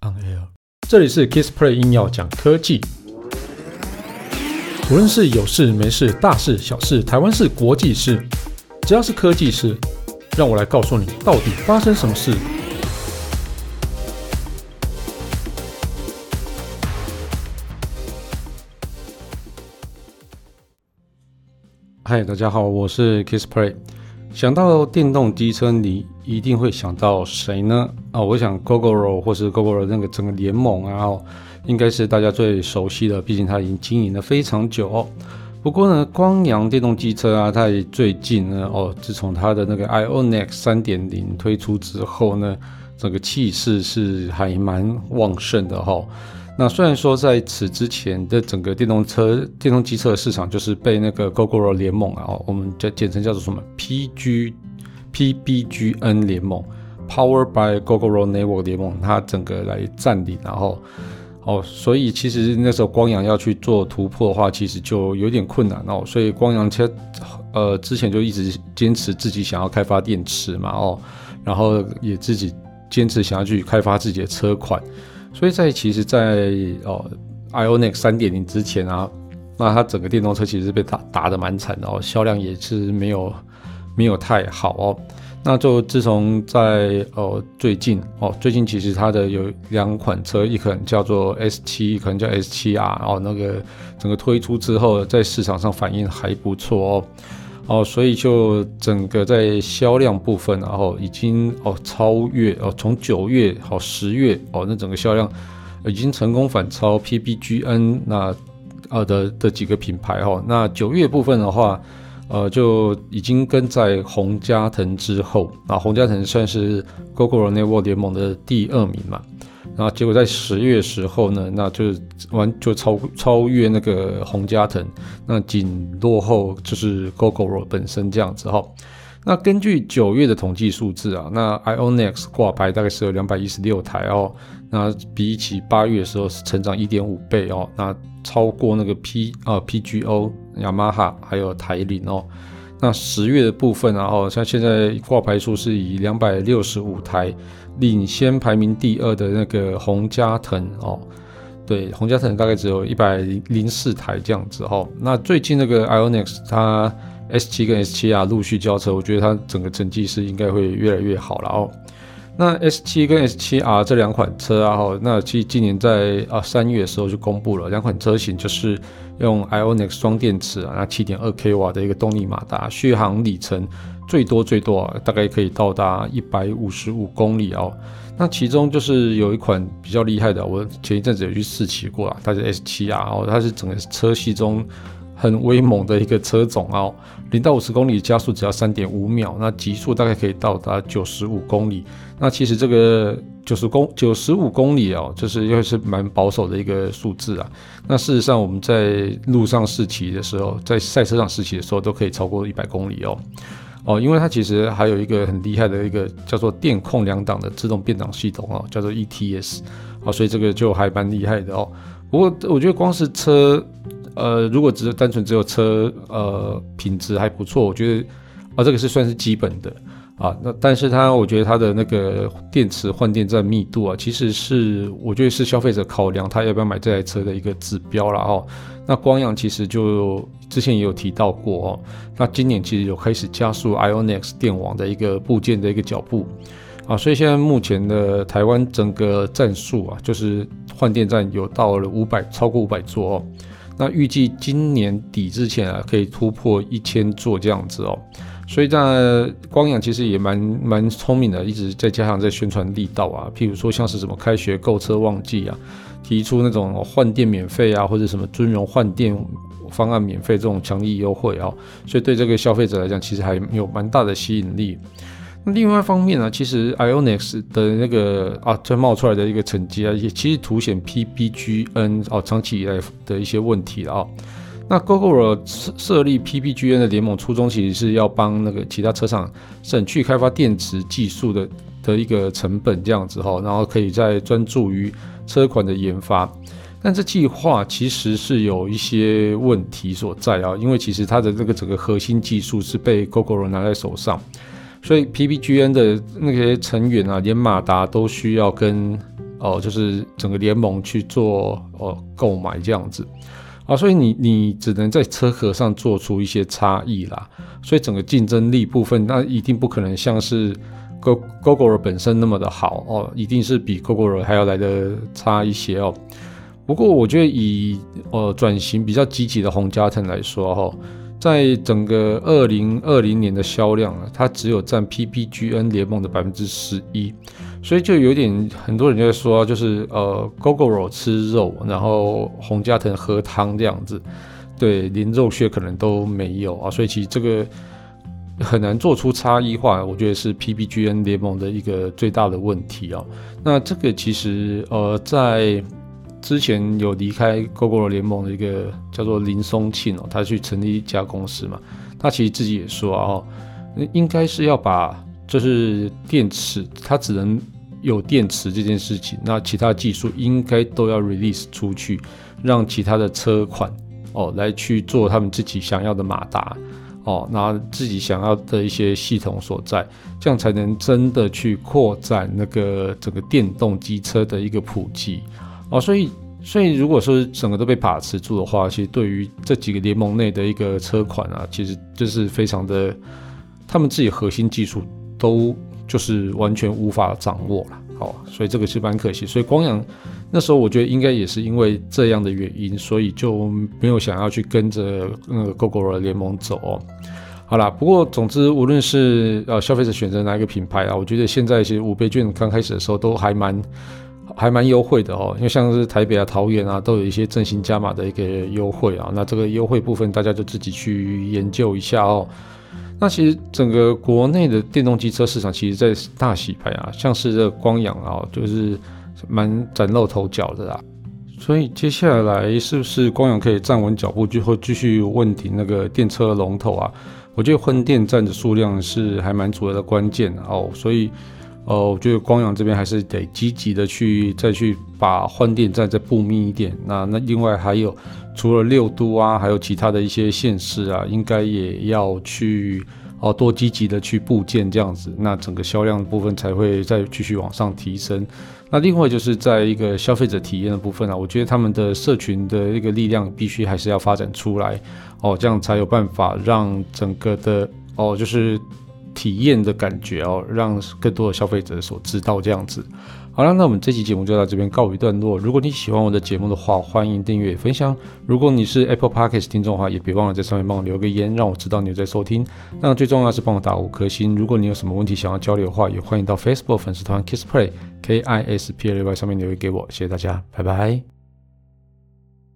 On Air， 这里是 KissPlay 硬要讲科技，无论是有事没事、大事小事、台湾事、国际事，只要是科技事，让我来告诉你到底发生什么事。嗨，大家好，我是 KissPlay。想到电动机车，你一定会想到谁呢？我想 Gogoro 或是 Gogoro 那个整个联盟啊，应该是大家最熟悉的，毕竟它已经经营了非常久哦。不过呢，光阳电动机车啊，它也最近呢，自从它的那个 IONIQ 3.0 推出之后呢，整个气势是还蛮旺盛的哈。那虽然说在此之前的整个电动机车的市场就是被那个 Gogoro 联盟啊，我们简称叫做什么 PBGN 联盟 Powered by Gogoro Network 联盟，它整个来占领，然后所以其实那时候光阳要去做突破的话，其实就有点困难哦。所以光阳之前就一直坚持自己想要开发电池嘛然后也自己坚持想要去开发自己的车款。所以其实在IONIQ 3.0 之前啊，那它整个电动车其实是被打得蛮惨的销量也是没有太好那就自从在最近其实它的有两款车，一款叫做 S7， 一款叫 S7R 那个整个推出之后，在市场上反应还不错所以就整个在销量部分，然后已经超越从9月10月那整个销量已经成功反超 PBGN 那的几个品牌那9月部分的话就已经跟在宏嘉腾之后，宏嘉腾算是 Gogoro Network 联盟的第2名嘛。然后结果在10月时候呢，那就超越那个宏嘉腾，那仅落后就是 Gogoro 本身这样子那根据9月的统计数字啊，那 IONIQ 挂牌大概是有216台那比起8月的时候是成长 1.5 倍那超过那个PGO、雅马哈还有台铃那10月的部分像现在挂牌数是以265台领先排名第2的那个宏嘉腾对，宏嘉腾大概只有104台这样子那最近那个 IONIQ 它 S7 跟 S7R 陆续交车，我觉得它整个成绩是应该会越来越好了那 S7 跟 S7R 这两款车那其实今年在3月的时候就公布了两款车型，就是用 IONIQ 双电池那 7.2 kW 的一个动力马达，续航里程最多大概可以到达155公里那其中就是有一款比较厉害的，我前一阵子有去试骑过它是 S7R 它是整个车系中很威猛的一个车种0到50公里加速只要 3.5 秒，那极速大概可以到达95公里。那其实这个95公里就是又是蛮保守的一个数字那事实上我们在路上试骑的时候，在赛车上试骑的时候都可以超过100公里因为它其实还有一个很厉害的一个叫做电控2档的自动变档系统叫做 ETS 所以这个就还蛮厉害的不过我觉得光是车如果单纯只有车品质还不错，我觉得这个是算是基本的那但是我觉得它的那个电池换电站密度其实是我觉得是消费者考量他要不要买这台车的一个指标啦那光阳其实就之前也有提到过那今年其实有开始加速 IONIQ 电网的一个部件的一个脚步所以现在目前的台湾整个站数就是换电站有到了超过500座那预计今年底之前可以突破1000座这样子所以光阳其实也蛮聪明的，一直在加强在宣传力道譬如说像是什么开学购车旺季提出那种换电免费或者什么尊荣换电方案免费这种强力优惠所以对这个消费者来讲其实还有蛮大的吸引力。那另外一方面其实 IONIQ 的那个这冒出来的一个成绩也其实凸显 PBGN 长期以来的一些问题那 Gogoro 设立 PBGN 的联盟初衷其实是要帮那个其他车厂省去开发电池技术的一个成本这样子然后可以再专注于车款的研发。但这计划其实是有一些问题所在因为其实它的这个整个核心技术是被 Gogoro 拿在手上，所以 PBGN 的那些成员连马达都需要跟就是整个联盟去做购买这样子啊，所以你只能在车壳上做出一些差异啦，所以整个竞争力部分那一定不可能像是Gogoro 本身那么的好一定是比 Gogoro 还要来的差一些不过我觉得以转型比较积极的宏加藤来说在整个2020年的销量它只有占 PPGN 联盟的 11%， 所以就有点很多人就在说就是Gogoro 吃肉，然后宏加藤喝汤这样子，对，连肉屑可能都没有所以其实这个很难做出差异化，我觉得是 PPGN 联盟的一个最大的问题那这个其实在之前有离开 Gogoro 联盟的一个叫做林松庆他去成立一家公司嘛，他其实自己也说应该是要把就是电池，它只能有电池这件事情，那其他技术应该都要 release 出去，让其他的车款来去做他们自己想要的马达拿自己想要的一些系统所在，这样才能真的去扩展那个整个电动机车的一个普及所以如果说整个都被把持住的话，其实对于这几个联盟内的一个车款其实就是非常的，他们自己核心技术都就是完全无法掌握了所以这个是蛮可惜。所以光阳那时候我觉得应该也是因为这样的原因，所以就没有想要去跟着那个 Gogoro 的联盟走好啦，不过总之无论是消费者选择哪一个品牌我觉得现在其实5倍券刚开始的时候都还蛮优惠的因为像是台北桃园都有一些振兴加码的一个优惠那这个优惠部分大家就自己去研究一下那其实整个国内的电动机车市场，其实在大洗牌像是这光阳就是蛮崭露头角的啦。所以接下来是不是光阳可以站稳脚步，就会继续问鼎那个电车龙头我觉得换电站的数量是还蛮主要的关键所以我觉得光阳这边还是得积极的再去把换电站再布密一点。那另外还有除了6都还有其他的一些县市应该也要去多积极的去布建这样子，那整个销量的部分才会再继续往上提升。那另外就是在一个消费者体验的部分我觉得他们的社群的一个力量必须还是要发展出来这样才有办法让整个的就是体验的感觉让更多的消费者所知道这样子。好了，那我们这期节目就到这边告一段落。如果你喜欢我的节目的话，欢迎订阅分享。如果你是 Apple Podcast 听众的话，也别忘了在上面帮我留个言，让我知道你有在收听。那最重要的是帮我打5颗星。如果你有什么问题想要交流的话，也欢迎到 Facebook 粉丝团 KissPlay KISPLAY 上面留言给我。谢谢大家，拜拜。